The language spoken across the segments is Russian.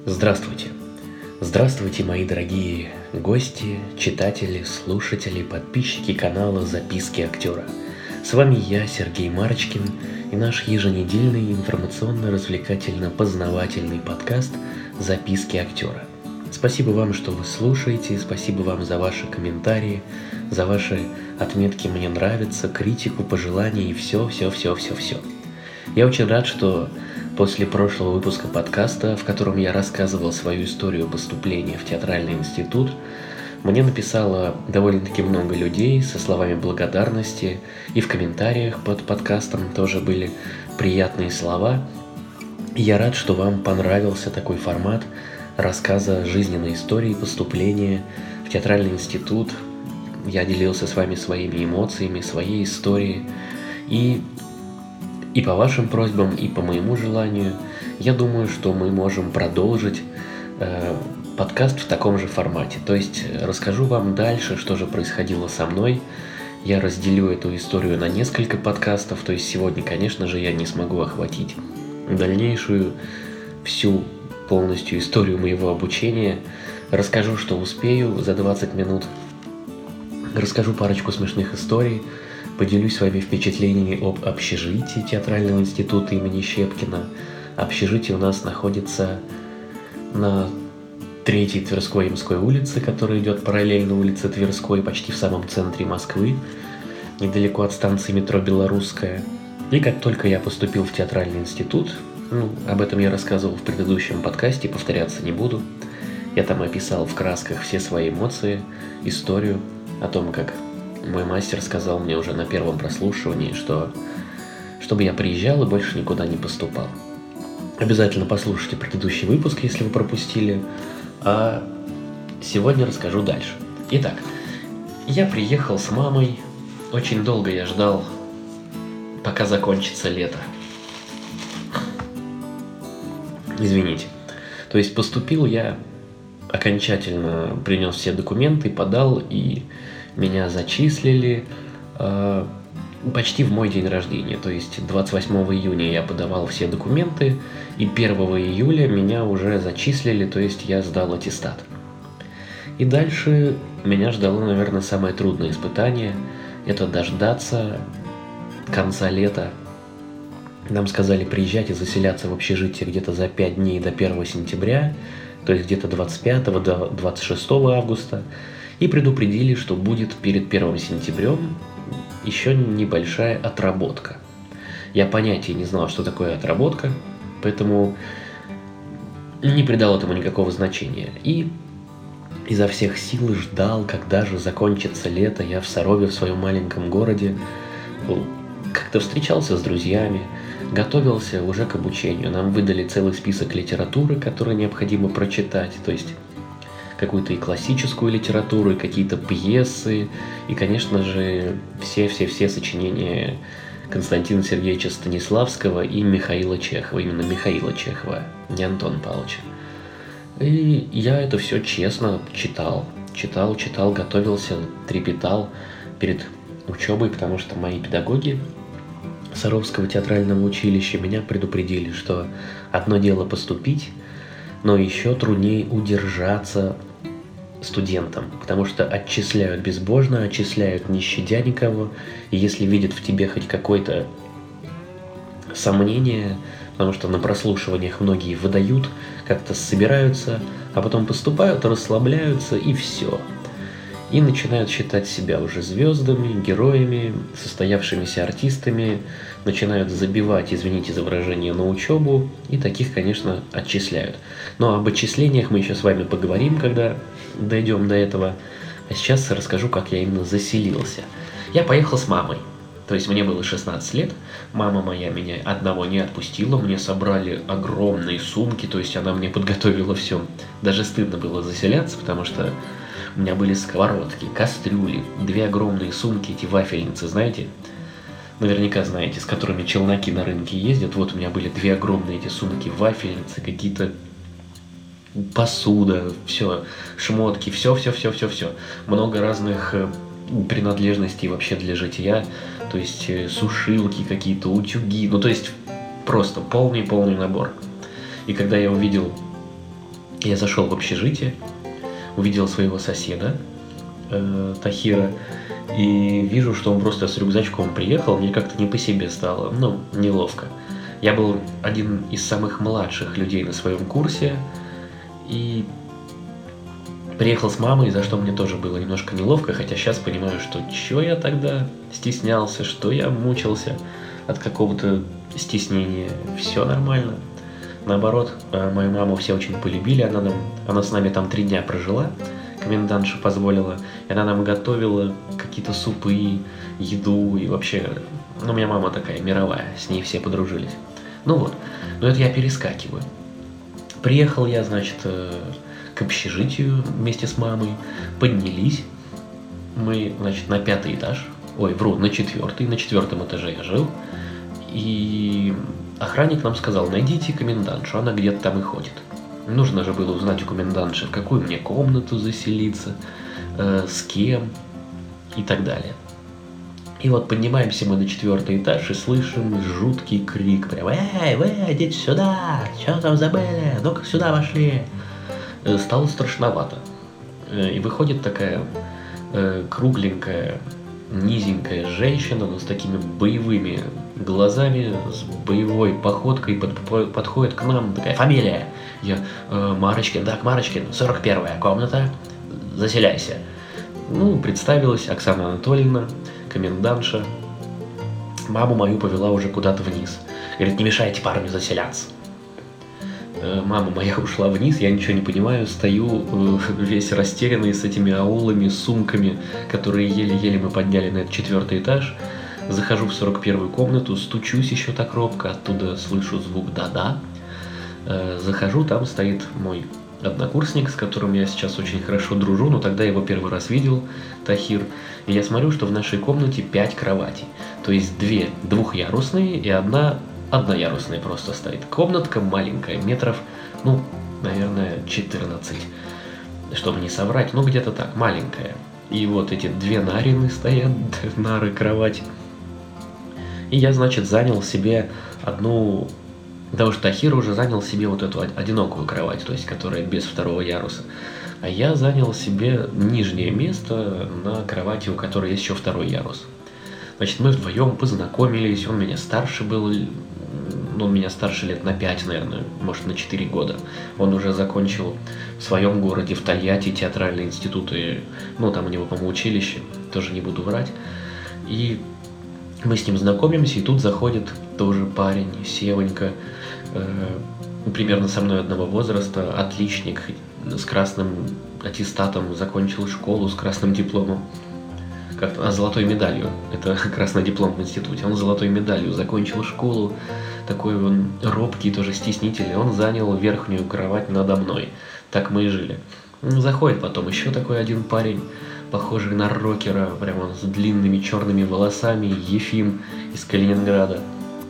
Здравствуйте! Здравствуйте, мои дорогие гости, читатели, слушатели, подписчики канала «Записки актера». С вами я, Сергей Марочкин, и наш еженедельный информационно-развлекательно-познавательный подкаст «Записки актера». Спасибо вам, что вы слушаете, спасибо вам за ваши комментарии, за ваши отметки «мне нравится», критику, пожелания и все. Я очень рад, что после прошлого выпуска подкаста, в котором я рассказывал свою историю поступления в театральный институт, мне написало довольно-таки много людей со словами благодарности, и в комментариях под подкастом тоже были приятные слова. И я рад, что вам понравился такой формат рассказа жизненной истории поступления в театральный институт. Я делился с вами своими эмоциями, своей историей, и по вашим просьбам, и по моему желанию, я думаю, что мы можем продолжить подкаст в таком же формате. То есть расскажу вам дальше, что же происходило со мной. Я разделю эту историю на несколько подкастов. То есть сегодня, конечно же, я не смогу охватить дальнейшую, всю полностью историю моего обучения. Расскажу, что успею за 20 минут. Расскажу парочку смешных историй. Поделюсь с вами впечатлениями об общежитии театрального института имени Щепкина. Общежитие у нас находится на 3-й Тверской Ямской улице, которая идет параллельно улице Тверской, почти в самом центре Москвы, недалеко от станции метро Белорусская. И как только я поступил в театральный институт, об этом я рассказывал в предыдущем подкасте, повторяться не буду, я там описал в красках все свои эмоции, историю о том, как мой мастер сказал мне уже на первом прослушивании, что чтобы я приезжал и больше никуда не поступал. Обязательно послушайте предыдущий выпуск, если вы пропустили. А сегодня расскажу дальше. Итак, я приехал с мамой. Очень долго я ждал, пока закончится лето. Извините. То есть поступил я окончательно, принес все документы, подал, и меня зачислили почти в мой день рождения. То есть 28 июня я подавал все документы, и 1 июля меня уже зачислили, то есть я сдал аттестат. И дальше меня ждало, наверное, самое трудное испытание. Это дождаться конца лета. Нам сказали приезжать и заселяться в общежитие где-то за 5 дней до 1 сентября, то есть где-то 25 до 26 августа. И предупредили, что будет перед 1 сентябрем еще небольшая отработка. Я понятия не знал, что такое отработка, поэтому не придал этому никакого значения. И изо всех сил ждал, когда же закончится лето. Я в Сарове, в своем маленьком городе, как-то встречался с друзьями, готовился уже к обучению. Нам выдали целый список литературы, которую необходимо прочитать, то есть какую-то и классическую литературу, и какие-то пьесы, и, конечно же, все сочинения Константина Сергеевича Станиславского и Михаила Чехова, именно Михаила Чехова, не Антона Павловича. И я это все честно читал, готовился, трепетал перед учебой, потому что мои педагоги Саровского театрального училища меня предупредили, что одно дело поступить, но еще труднее удержаться студентам, потому что отчисляют безбожно, отчисляют не щадя никого, и если видят в тебе хоть какое-то сомнение, потому что на прослушиваниях многие выдают, как-то собираются, а потом поступают, расслабляются и все. И начинают считать себя уже звездами, героями, состоявшимися артистами, начинают забивать, извините за выражение, на учебу, и таких, конечно, отчисляют. Но об отчислениях мы еще с вами поговорим, когда дойдем до этого. А сейчас расскажу, как я именно заселился. Я поехал с мамой, то есть мне было 16 лет, мама моя меня одного не отпустила, мне собрали огромные сумки, то есть она мне подготовила все. Даже стыдно было заселяться, потому что у меня были сковородки, кастрюли, 2 огромные сумки, эти вафельницы, знаете? Наверняка знаете, с которыми челноки на рынке ездят. Вот у меня были 2 огромные эти сумки, вафельницы, какие-то посуда, все, шмотки, все. Много разных принадлежностей вообще для житья, то есть сушилки какие-то, утюги, то есть просто полный набор. И когда я увидел Я зашел в общежитие, увидел своего соседа, Тахира, и вижу, что он просто с рюкзачком приехал, мне как-то не по себе стало, неловко. Я был один из самых младших людей на своем курсе, и приехал с мамой, за что мне тоже было немножко неловко, хотя сейчас понимаю, что чё я тогда стеснялся, что я мучился от какого-то стеснения, все нормально. Наоборот, мою маму все очень полюбили, она с нами там 3 дня прожила, комендантша позволила, и она нам готовила какие-то супы, еду, и вообще, у меня мама такая мировая, с ней все подружились. Но это я перескакиваю. Приехал я, значит, к общежитию вместе с мамой, поднялись, мы, значит, на 5-й этаж, на 4-й, на 4-м этаже я жил, и охранник нам сказал: найдите комендантшу, она где-то там и ходит. Нужно же было узнать у комендантши, в какую мне комнату заселиться, с кем и так далее. И вот поднимаемся мы на 4-й этаж и слышим жуткий крик, прям: «Эй, вы, идите сюда, что там забыли, ну-ка сюда вошли!» Стало страшновато. И выходит такая кругленькая, низенькая женщина, но с такими боевыми глазами, с боевой походкой, подходит к нам, такая: фамилия. Я: Марочкин. Так, Марочкин, 41-я комната, заселяйся. Представилась Оксана Анатольевна, комендантша. Маму мою повела уже куда-то вниз. Говорит: не мешайте парню заселяться. Мама моя ушла вниз, я ничего не понимаю, стою весь растерянный с этими аулами, сумками, которые еле-еле мы подняли на этот 4-й этаж. Захожу в 41-ю комнату, стучусь еще так робко, оттуда слышу звук «да-да». Захожу, там стоит мой однокурсник, с которым я сейчас очень хорошо дружу, но тогда его первый раз видел, Тахир. И я смотрю, что в нашей комнате 5 кроватей, то есть 2 двухъярусные и одна одноярусная просто стоит. Комнатка маленькая, метров, наверное, 14, чтобы не соврать, где-то так, маленькая. И вот эти 2 нарины стоят, нары, кровать. И я, значит, занял себе одну, потому что Тахир уже занял себе вот эту одинокую кровать, то есть которая без 2-го яруса. А я занял себе нижнее место на кровати, у которой есть еще 2-й ярус. Значит, мы вдвоем познакомились, он меня старше был, он меня старше лет на 5, наверное, может, на 4 года. Он уже закончил в своем городе, в Тольятти, театральный институт, и, там у него, по-моему, училище, тоже не буду врать. И мы с ним знакомимся, и тут заходит тоже парень, Севонька, примерно со мной одного возраста, отличник, с красным аттестатом, закончил школу с красным дипломом. Золотой медалью. Это красный диплом в институте. Он с золотой медалью закончил школу. Такой он робкий, тоже стеснительный. Он занял верхнюю кровать надо мной. Так мы и жили. Заходит потом еще такой один парень, похожий на рокера, прямо с длинными черными волосами, Ефим из Калининграда.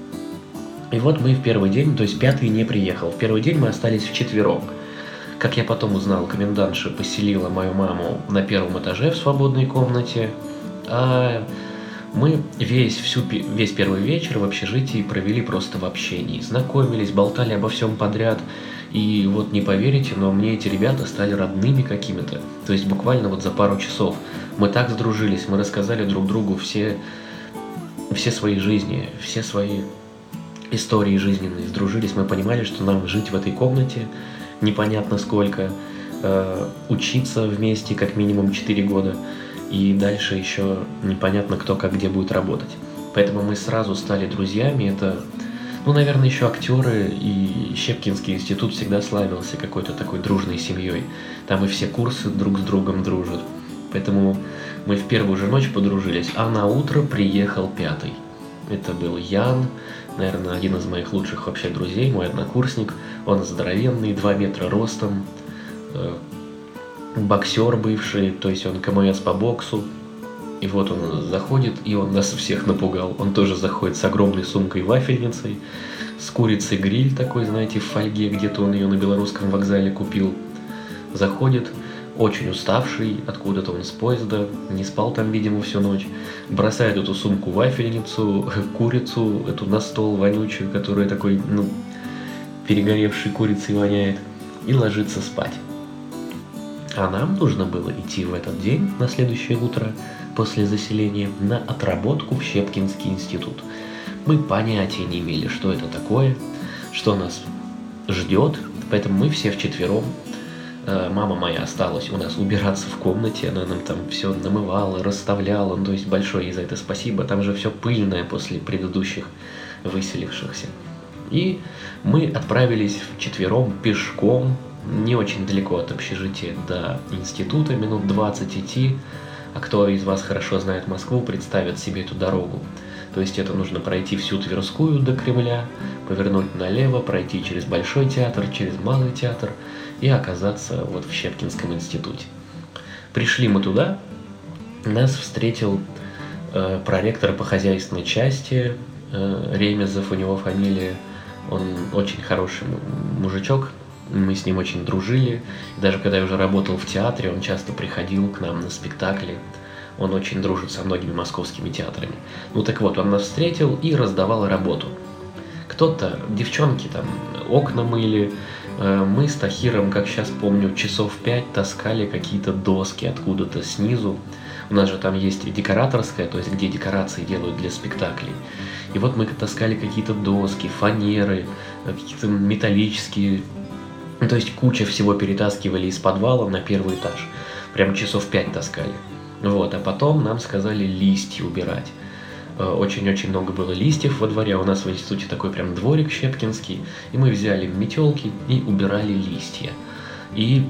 И вот мы в первый день, то есть 5-й не приехал. В первый день мы остались вчетвером. Как я потом узнал, комендантша поселила мою маму на 1-м этаже в свободной комнате, а мы весь первый вечер в общежитии провели просто в общении, знакомились, болтали обо всем подряд, и вот не поверите, но мне эти ребята стали родными какими-то, то есть буквально вот за пару часов мы так сдружились, мы рассказали друг другу все свои жизни, все свои истории жизненные, сдружились, мы понимали, что нам жить в этой комнате непонятно сколько, учиться вместе как минимум 4 года, и дальше еще непонятно кто как где будет работать. Поэтому мы сразу стали друзьями. Это, наверное, еще актеры, и Щепкинский институт всегда славился какой-то такой дружной семьей. Там и все курсы друг с другом дружат. Поэтому мы в первую же ночь подружились, а на утро приехал 5-й. Это был Ян, наверное, один из моих лучших вообще друзей, мой однокурсник. Он здоровенный, 2 метра ростом, боксер бывший, то есть он КМС по боксу. И вот он заходит, и он нас всех напугал. Он тоже заходит с огромной сумкой-вафельницей, с курицей-гриль такой, знаете, в фольге, где-то он ее на Белорусском вокзале купил. Заходит, очень уставший, откуда-то он с поезда, не спал там, видимо, всю ночь. Бросает эту сумку-вафельницу, курицу, эту на стол вонючую, которая такой, перегоревшей курицей воняет. и ложиться спать. А нам нужно было идти в этот день, на следующее утро, после заселения, на отработку в Щепкинский институт. Мы понятия не имели, что это такое, что нас ждет, поэтому мы все вчетвером. Мама моя осталась у нас убираться в комнате, она нам там все намывала, расставляла, ну, то есть большое ей за это спасибо, там же все пыльное после предыдущих выселившихся. И мы отправились вчетвером пешком, не очень далеко от общежития до института, минут 20 идти, а кто из вас хорошо знает Москву, представит себе эту дорогу. То есть это нужно пройти всю Тверскую до Кремля, повернуть налево, пройти через Большой театр, через Малый театр и оказаться вот в Щепкинском институте. Пришли мы туда, нас встретил проректор по хозяйственной части, Ремезов у него фамилия, он очень хороший мужичок, мы с ним очень дружили. Даже когда я уже работал в театре, он часто приходил к нам на спектакли. Он очень дружит со многими московскими театрами. Ну так вот, он нас встретил и раздавал работу. Кто-то, девчонки там окна мыли, мы с Тахиром, как сейчас помню, часов 5 таскали какие-то доски откуда-то снизу. У нас же там есть декораторская, то есть где декорации делают для спектаклей. И вот мы таскали какие-то доски, фанеры, какие-то металлические, то есть куча всего перетаскивали из подвала на первый этаж. Прям часов 5 таскали. Вот, а потом нам сказали листья убирать. Очень-очень много было листьев во дворе, у нас в институте такой прям дворик щепкинский, и мы взяли метелки и убирали листья. И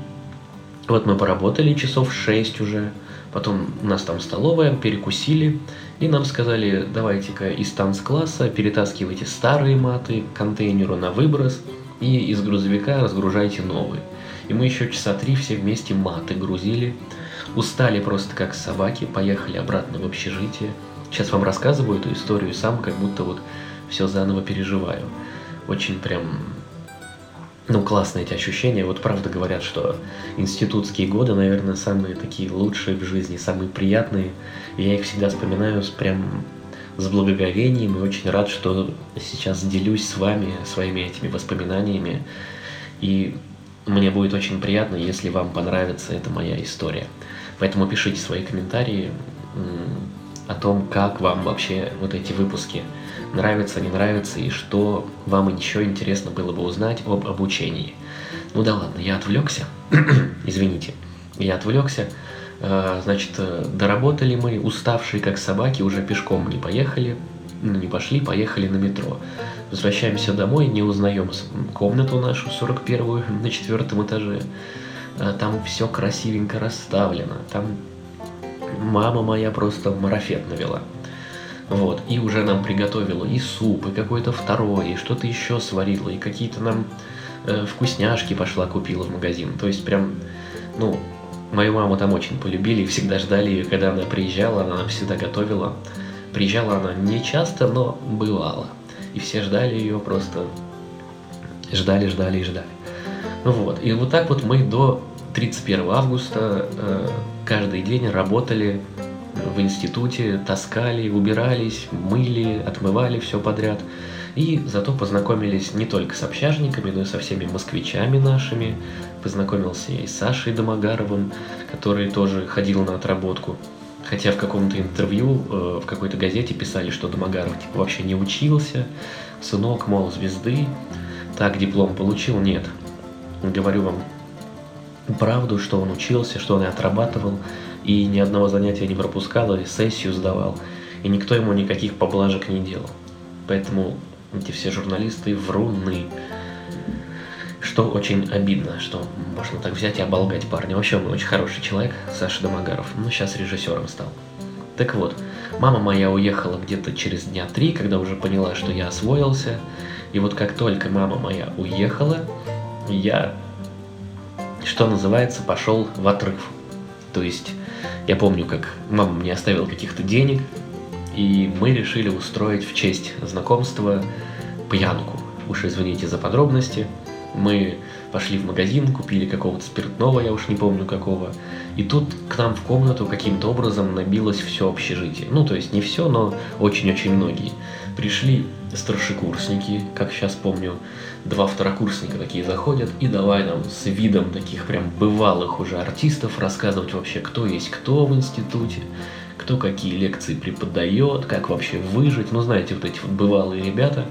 вот мы поработали часов 6 уже, потом у нас там столовая, перекусили, и нам сказали, давайте-ка из танцкласса перетаскивайте старые маты к контейнеру на выброс, и из грузовика разгружайте новые. И мы еще часа 3 все вместе маты грузили, устали просто как собаки, поехали обратно в общежитие. Сейчас вам рассказываю эту историю сам, как будто вот все заново переживаю. Очень прям, классные эти ощущения. Вот правда говорят, что институтские годы, наверное, самые такие лучшие в жизни, самые приятные. И я их всегда вспоминаю прям с благоговением и очень рад, что сейчас делюсь с вами своими этими воспоминаниями. И мне будет очень приятно, если вам понравится эта моя история. Поэтому пишите свои комментарии о том, как вам вообще вот эти выпуски нравятся, не нравятся, и что вам еще интересно было бы узнать об обучении. Ну да ладно, я отвлекся. Извините, я отвлекся. Значит, доработали мы, уставшие как собаки, уже пешком не поехали, не пошли, поехали на метро. Возвращаемся домой, не узнаем комнату нашу, 41-ю, на 4-м этаже. Там все красивенько расставлено, там мама моя просто марафет навела. Вот, и уже нам приготовила и суп, и какой-то второй, и что-то еще сварила, и какие-то нам вкусняшки пошла купила в магазин. То есть прям, мою маму там очень полюбили и всегда ждали ее, когда она приезжала, она нам всегда готовила. Приезжала она не часто, но бывало. И все ждали ее, просто ждали. Вот, и вот так вот мы до 31 августа каждый день работали в институте, таскали, убирались, мыли, отмывали все подряд. И зато познакомились не только с общажниками, но и со всеми москвичами нашими. Познакомился я и с Сашей Домогаровым, который тоже ходил на отработку. Хотя в каком-то интервью в какой-то газете писали, что Домогаров вообще не учился. Сынок, мол, звезды. Так диплом получил? Нет. Говорю вам правду, что он учился, что он и отрабатывал, и ни одного занятия не пропускал, и сессию сдавал, и никто ему никаких поблажек не делал. Поэтому эти все журналисты вруны. Что очень обидно, что можно так взять и оболгать парня. Вообще, он очень хороший человек, Саша Домогаров, сейчас режиссером стал. Так вот, мама моя уехала где-то через дня 3, когда уже поняла, что я освоился. И вот как только мама моя уехала, я, что называется, пошел в отрыв. То есть, я помню, как мама мне оставила каких-то денег, и мы решили устроить в честь знакомства пьянку. Уж извините за подробности. Мы пошли в магазин, купили какого-то спиртного, я уж не помню какого. И тут к нам в комнату каким-то образом набилось все общежитие. То есть не все, но очень-очень многие. Пришли старшекурсники, как сейчас помню, 2 второкурсника такие заходят и давай нам с видом таких прям бывалых уже артистов рассказывать вообще, кто есть кто в институте, кто какие лекции преподает, как вообще выжить. Ну, знаете, вот эти вот бывалые ребята.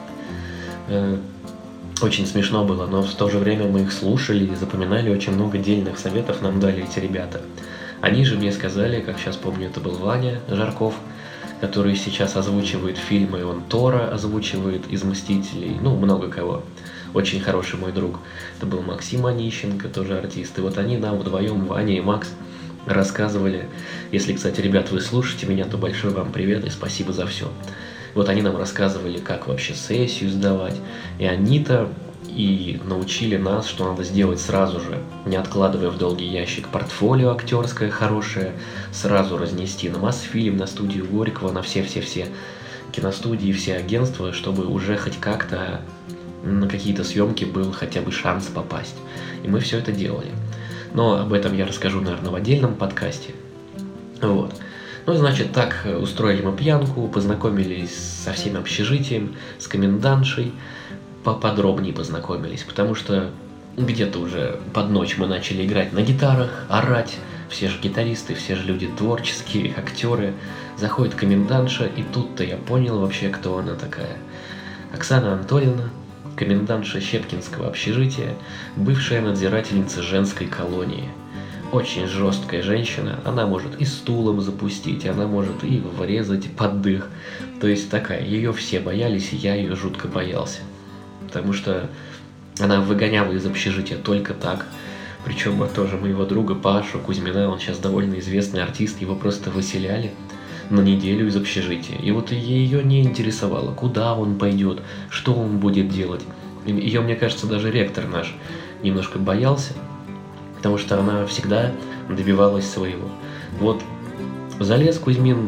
Очень смешно было, но в то же время мы их слушали и запоминали, очень много дельных советов нам дали эти ребята. Они же мне сказали, как сейчас помню, это был Ваня Жарков, который сейчас озвучивает фильмы, он Тора озвучивает из «Мстителей», ну, много кого. Очень хороший мой друг. Это был Максим Онищенко, тоже артист. И вот они нам вдвоем, Ваня и Макс, рассказывали. Если, кстати, ребят, вы слушаете меня, то большой вам привет и спасибо за все. Вот они нам рассказывали, как вообще сессию сдавать. И они-то и научили нас, что надо сделать сразу же, не откладывая в долгий ящик, портфолио актерское хорошее, сразу разнести на Мосфильм, на студию Горького, на все-все-все киностудии, все агентства, чтобы уже хоть как-то на какие-то съемки был хотя бы шанс попасть. И мы все это делали. Но об этом я расскажу, наверное, в отдельном подкасте. Вот. Ну, значит, так устроили мы пьянку, познакомились со всем общежитием, с комендантшей, поподробнее познакомились, потому что где-то уже под ночь мы начали играть на гитарах, орать, все же гитаристы, все же люди творческие, актеры. Заходит комендантша, и тут-то я понял вообще, кто она такая. Оксана Анатольевна, комендантша Щепкинского общежития, бывшая надзирательница женской колонии. Очень жесткая женщина, она может и стулом запустить, она может и врезать под дых. То есть такая, ее все боялись, и я ее жутко боялся. Потому что она выгоняла из общежития только так. Причем тоже моего друга Пашу Кузьмина, он сейчас довольно известный артист, его просто выселяли на неделю из общежития. И вот ее не интересовало, куда он пойдет, что он будет делать. Ее, мне кажется, даже ректор наш немножко боялся, потому что она всегда добивалась своего. Вот залез Кузьмин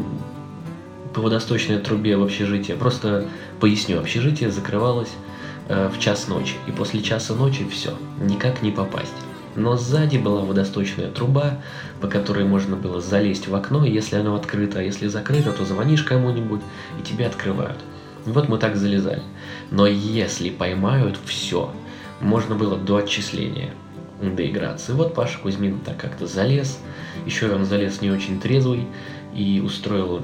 по водосточной трубе в общежитие. Просто поясню, общежитие закрывалось в час ночи, и после часа ночи все, никак не попасть. Но сзади была водосточная труба, по которой можно было залезть в окно, если оно открыто, а если закрыто, то звонишь кому-нибудь, и тебе открывают. И вот мы так залезали. Но если поймают, все, можно было до отчисления доиграться. И вот Паша Кузьмин так как-то залез, еще он залез не очень трезвый, и устроил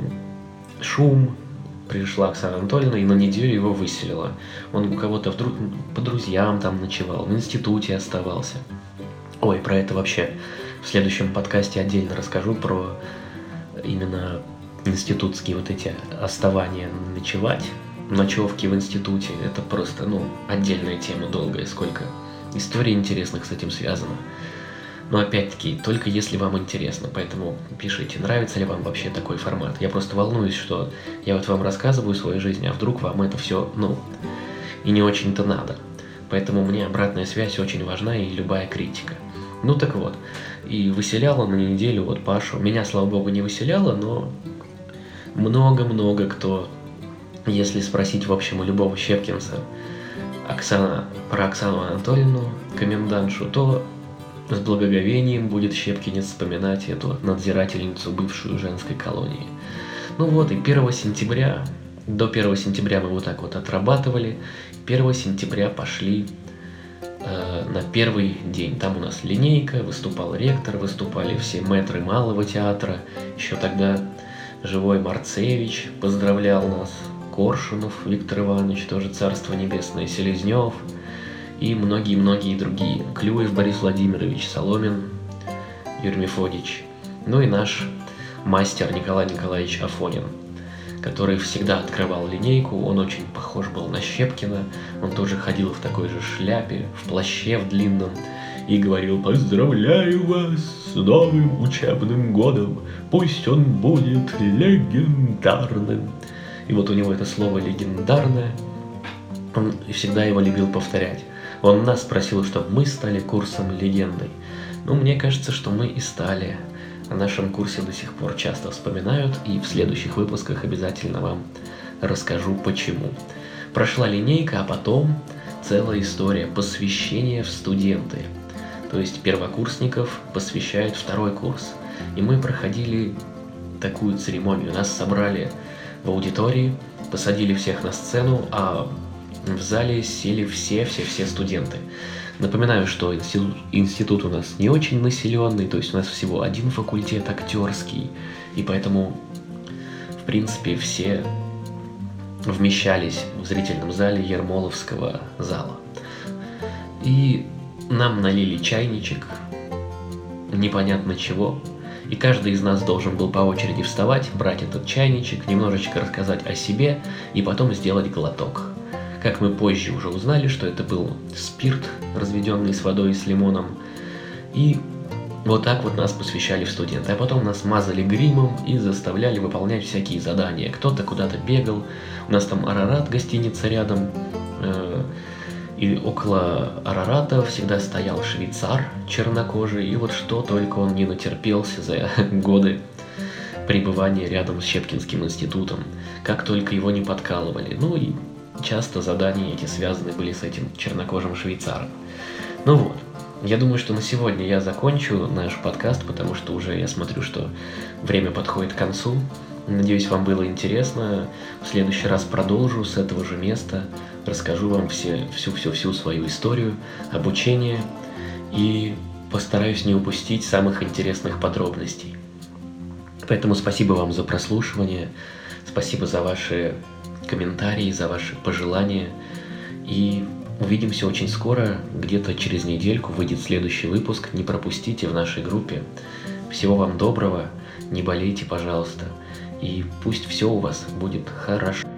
шум. Пришла Оксана Анатольевна и на неделю его выселила. Он у кого-то вдруг по друзьям там ночевал, в институте оставался. Ой, про это вообще в следующем подкасте отдельно расскажу, про именно институтские вот эти оставания ночевать, ночевки в институте. Это просто, отдельная тема долгая, сколько историй интересных с этим связано. Но опять-таки, только если вам интересно, поэтому пишите, нравится ли вам вообще такой формат. Я просто волнуюсь, что я вот вам рассказываю свою жизнь, а вдруг вам это все, и не очень-то надо. Поэтому мне обратная связь очень важна и любая критика. Ну так вот, и выселяла на неделю вот Пашу. Меня, слава богу, не выселяла, но много-много кто, если спросить, в общем, у любого щепкинца про Оксану Анатольевну, комендантшу, то с благоговением будет щепкинец вспоминать эту надзирательницу бывшую женской колонии. Ну вот, и 1 сентября, до 1 сентября мы вот так вот отрабатывали, 1 сентября пошли на первый день. Там у нас линейка, выступал ректор, выступали все мэтры Малого театра, еще тогда живой Марцевич поздравлял нас, Коршунов Виктор Иванович, тоже царство небесное, Селезнев, и многие-многие другие. Клюев Борис Владимирович, Соломин Юрий Мефодич. Ну и наш мастер Николай Николаевич Афонин, который всегда открывал линейку. Он очень похож был на Щепкина. Он тоже ходил в такой же шляпе, в плаще в длинном, и говорил: «Поздравляю вас с новым учебным годом, пусть он будет легендарным». И вот у него это слово «легендарное», он всегда его любил повторять. Он нас спросил, чтобы мы стали курсом легендой. Мне кажется, что мы и стали. О нашем курсе до сих пор часто вспоминают, и в следующих выпусках обязательно вам расскажу почему. Прошла линейка, а потом целая история посвящения в студенты. То есть первокурсников посвящают второй курс. И мы проходили такую церемонию. Нас собрали в аудитории, посадили всех на сцену, а в зале сели все студенты. Напоминаю, что институт у нас не очень населенный, то есть у нас всего один факультет актерский, и поэтому, в принципе, все вмещались в зрительном зале Ермоловского зала. И нам налили чайничек, непонятно чего, и каждый из нас должен был по очереди вставать, брать этот чайничек, немножечко рассказать о себе и потом сделать глоток. Как мы позже уже узнали, что это был спирт, разведенный с водой и с лимоном. И вот так вот нас посвящали в студенты. А потом нас мазали гримом и заставляли выполнять всякие задания. Кто-то куда-то бегал. У нас там Арарат, гостиница рядом. И около Арарата всегда стоял швейцар чернокожий. И вот что только он не натерпелся за годы пребывания рядом с Щепкинским институтом. Как только его не подкалывали. Ну и часто задания эти связаны были с этим чернокожим швейцаром. Ну вот, я думаю, что на сегодня я закончу наш подкаст, потому что уже я смотрю, что время подходит к концу. Надеюсь, вам было интересно. В следующий раз продолжу с этого же места, расскажу вам всю свою историю, обучение и постараюсь не упустить самых интересных подробностей. Поэтому спасибо вам за прослушивание, спасибо за ваши комментарии, за ваши пожелания. И увидимся очень скоро, где-то через недельку выйдет следующий выпуск. Не пропустите в нашей группе. Всего вам доброго, не болейте, пожалуйста. И пусть все у вас будет хорошо.